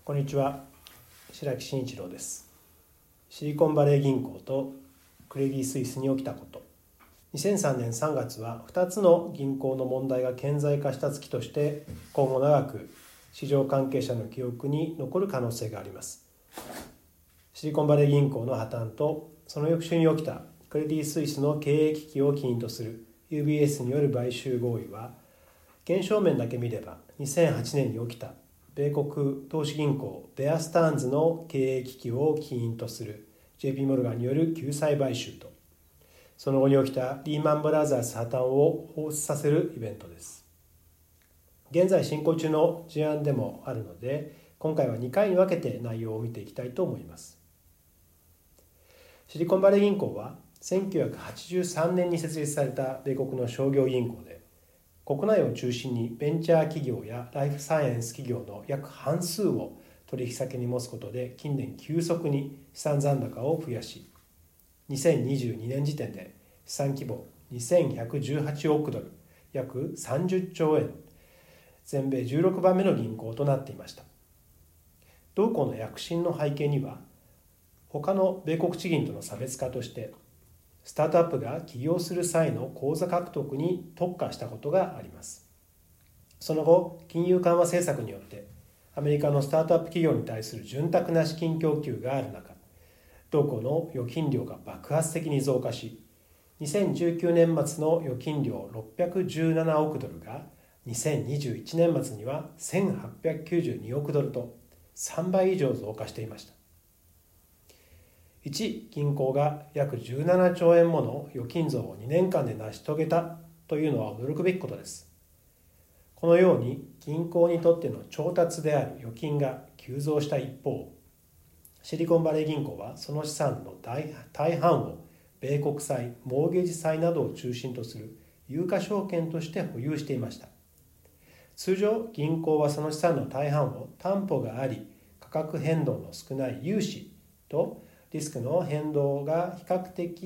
こんにちは、白木慎一郎です。シリコンバレー銀行とクレディ・スイスに起きたこと。2003年3月は2つの銀行の問題が顕在化した月として、今後長く市場関係者の記憶に残る可能性があります。シリコンバレー銀行の破綻と、その翌週に起きたクレディ・スイスの経営危機を起因とする UBS による買収合意は、現象面だけ見れば2008年に起きた米国投資銀行ベアスターンズの経営危機を起因とする JP モルガンによる救済買収と、その後に起きたリーマンブラザーズ破綻を彷彿させるイベントです。現在進行中の事案でもあるので、今回は2回に分けて内容を見ていきたいと思います。シリコンバレー銀行は1983年に設立された米国の商業銀行で、国内を中心にベンチャー企業やライフサイエンス企業の約半数を取引先に持つことで近年急速に資産残高を増やし、2022年時点で資産規模2118億ドル、約30兆円、全米16番目の銀行となっていました。同行の躍進の背景には、他の米国地銀との差別化として、スタートアップが起業する際の口座獲得に特化したことがあります。その後、金融緩和政策によってアメリカのスタートアップ企業に対する潤沢な資金供給がある中、同行の預金量が爆発的に増加し、2019年末の預金量617億ドルが2021年末には1892億ドルと3倍以上増加していました。1銀行が約17兆円もの預金増を2年間で成し遂げたというのは驚くべきことです。このように銀行にとっての調達である預金が急増した一方、シリコンバレー銀行はその資産の大半を米国債、モーゲージ債などを中心とする有価証券として保有していました。通常、銀行はその資産の大半を担保があり、価格変動の少ない融資とリスクの比較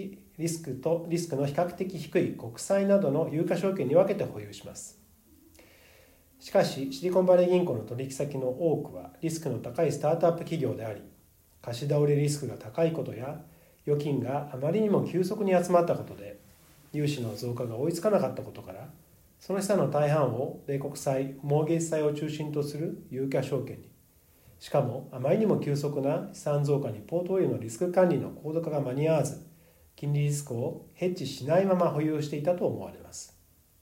的低い国債などの有価証券に分けて保有します。しかし、シリコンバレー銀行の取引先の多くはリスクの高いスタートアップ企業であり、貸し倒れリスクが高いことや預金があまりにも急速に集まったことで融資の増加が追いつかなかったことから、その資産の大半を米国債、モーゲージ債を中心とする有価証券に、しかもあまりにも急速な資産増加にポートフォリオのリスク管理の高度化が間に合わず、金利リスクをヘッジしないまま保有していたと思われます。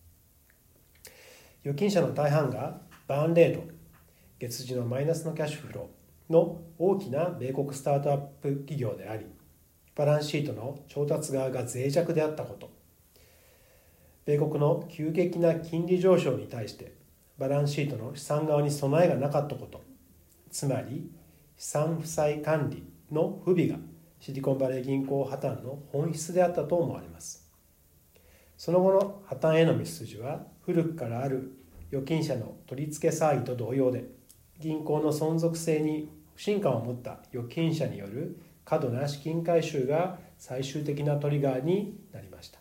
預金者の大半がバーンレート、月次のマイナスのキャッシュフローの大きな米国スタートアップ企業であり、バランスシートの調達側が脆弱であったこと、米国の急激な金利上昇に対してバランスシートの資産側に備えがなかったこと、つまり資産負債管理の不備がシリコンバレー銀行破綻の本質であったと思われます。その後の破綻への道筋は、古くからある預金者の取り付け騒ぎと同様で、銀行の存続性に不信感を持った預金者による過度な資金回収が最終的なトリガーになりました。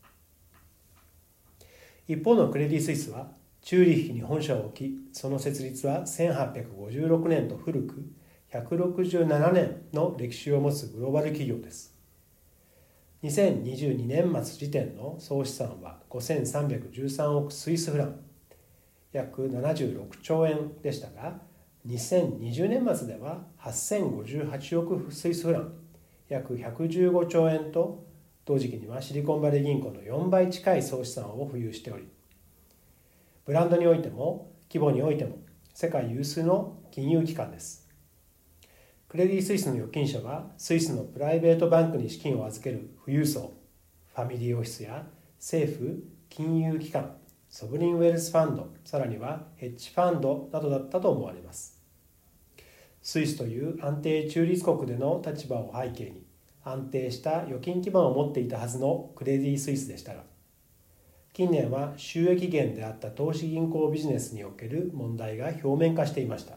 一方のクレディ・スイスはチューリッヒに本社を置き、その設立は1856年と古く167年の歴史を持つグローバル企業です。2022年末時点の総資産は5313億スイスフラン、約76兆円でしたが、2020年末では8058億スイスフラン、約115兆円と、同時期にはシリコンバレー銀行の4倍近い総資産を保有しており、ブランドにおいても規模においても世界有数の金融機関です。クレディ・スイスの預金者はスイスのプライベートバンクに資金を預ける富裕層、ファミリーオフィスや政府、金融機関、ソブリンウェルスファンド、さらにはヘッジファンドなどだったと思われます。スイスという安定中立国での立場を背景に、安定した預金基盤を持っていたはずのクレディ・スイスでしたが、近年は収益源であった投資銀行ビジネスにおける問題が表面化していました。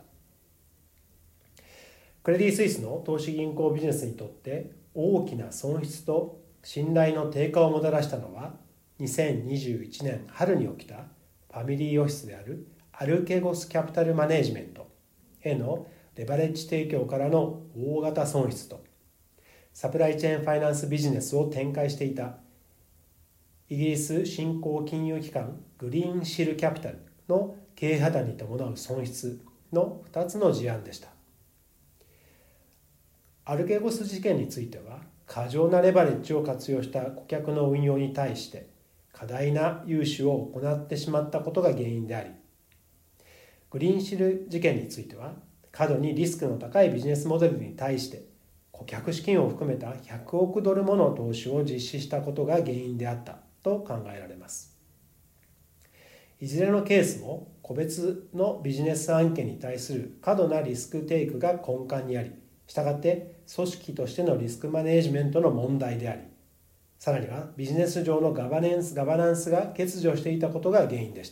クレディ・スイスの投資銀行ビジネスにとって大きな損失と信頼の低下をもたらしたのは、2021年春に起きたファミリーオフィスであるアルケゴスキャピタルマネージメントへのレバレッジ提供からの大型損失と、サプライチェーンファイナンスビジネスを展開していたイギリス新興金融機関グリーンシルキャピタルの経営破綻に伴う損失の2つの事案でした。アルケゴス事件については、過剰なレバレッジを活用した顧客の運用に対して過大な融資を行ってしまったことが原因であり、グリーンシル事件については、過度にリスクの高いビジネスモデルに対して顧客資金を含めた100億ドルもの投資を実施したことが原因であったと考えられます。いずれのケースも個別のビジネス案件に対する過度なリスクテイクが根幹にあり、したがって組織としてのリスクマネージメントの問題であり、さらにはビジネス上のガバナンスが欠如していたことが原因でした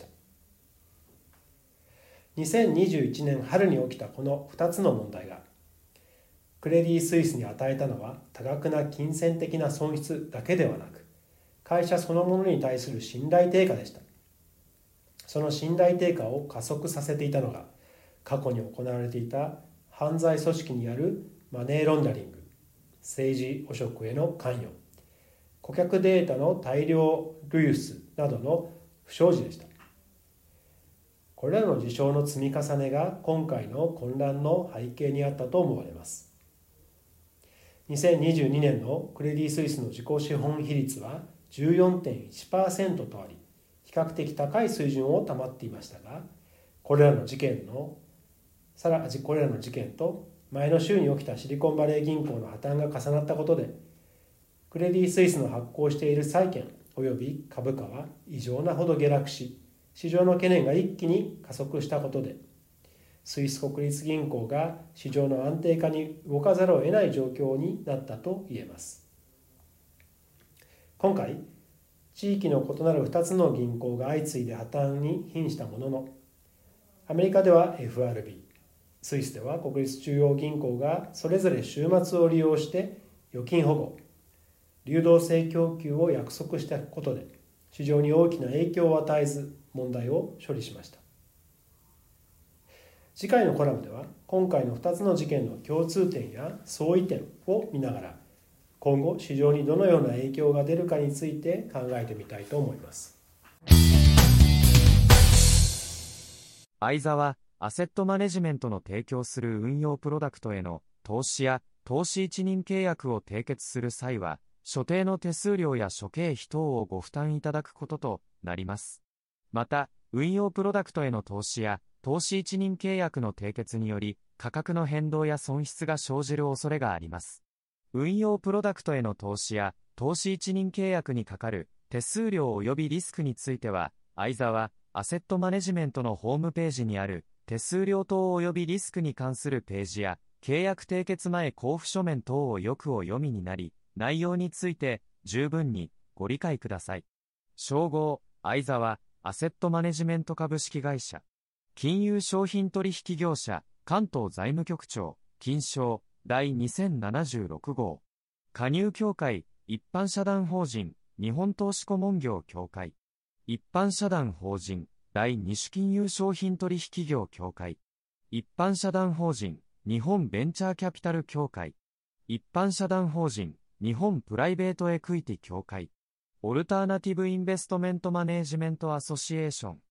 。2021年春に起きたこの2つの問題がクレディ・スイスに与えたのは多額な金銭的な損失だけではなく、会社そのものに対する信頼低下でした。その信頼低下を加速させていたのが、過去に行われていた犯罪組織によるマネーロンダリング、政治汚職への関与、顧客データの大量流出などの不祥事でした。これらの事象の積み重ねが今回の混乱の背景にあったと思われます。2022年のクレディ・スイスの自己資本比率は 14.1% とあり、比較的高い水準を保っていましたが、これらの事件と前の週に起きたシリコンバレー銀行の破綻が重なったことで、クレディ・スイスの発行している債券及び株価は異常なほど下落し、市場の懸念が一気に加速したことで、スイス国立銀行が市場の安定化に動かざるを得ない状況になったと言えます。今回、地域の異なる2つの銀行が相次いで破綻に瀕したものの、アメリカでは FRB、スイスでは国立中央銀行がそれぞれ週末を利用して預金保護、流動性供給を約束したことで、市場に大きな影響を与えず問題を処理しました。次回のコラムでは、今回の2つの事件の共通点や相違点を見ながら、今後市場にどのような影響が出るかについて考えてみたいと思います。 相沢アセットマネジメントの提供する運用プロダクトへの投資や投資一任契約を締結する際は、所定の手数料や諸経費等をご負担いただくこととなります。また、運用プロダクトへの投資や投資一任契約の締結により、価格の変動や損失が生じる恐れがあります。運用プロダクトへの投資や投資一任契約にかかる手数料及びリスクについては、相沢アセットマネジメントのホームページにある手数料等及びリスクに関するページや、契約締結前交付書面等をよくお読みになり、内容について十分にご理解ください。称号、相沢アセットマネジメント株式会社。金融商品取引業者、関東財務局長、金商、第2076号。加入協会、一般社団法人、日本投資顧問業協会。一般社団法人、第二種金融商品取引業協会。一般社団法人、日本ベンチャーキャピタル協会。一般社団法人、日本プライベートエクイティ協会。オルターナティブインベストメントマネージメントアソシエーション。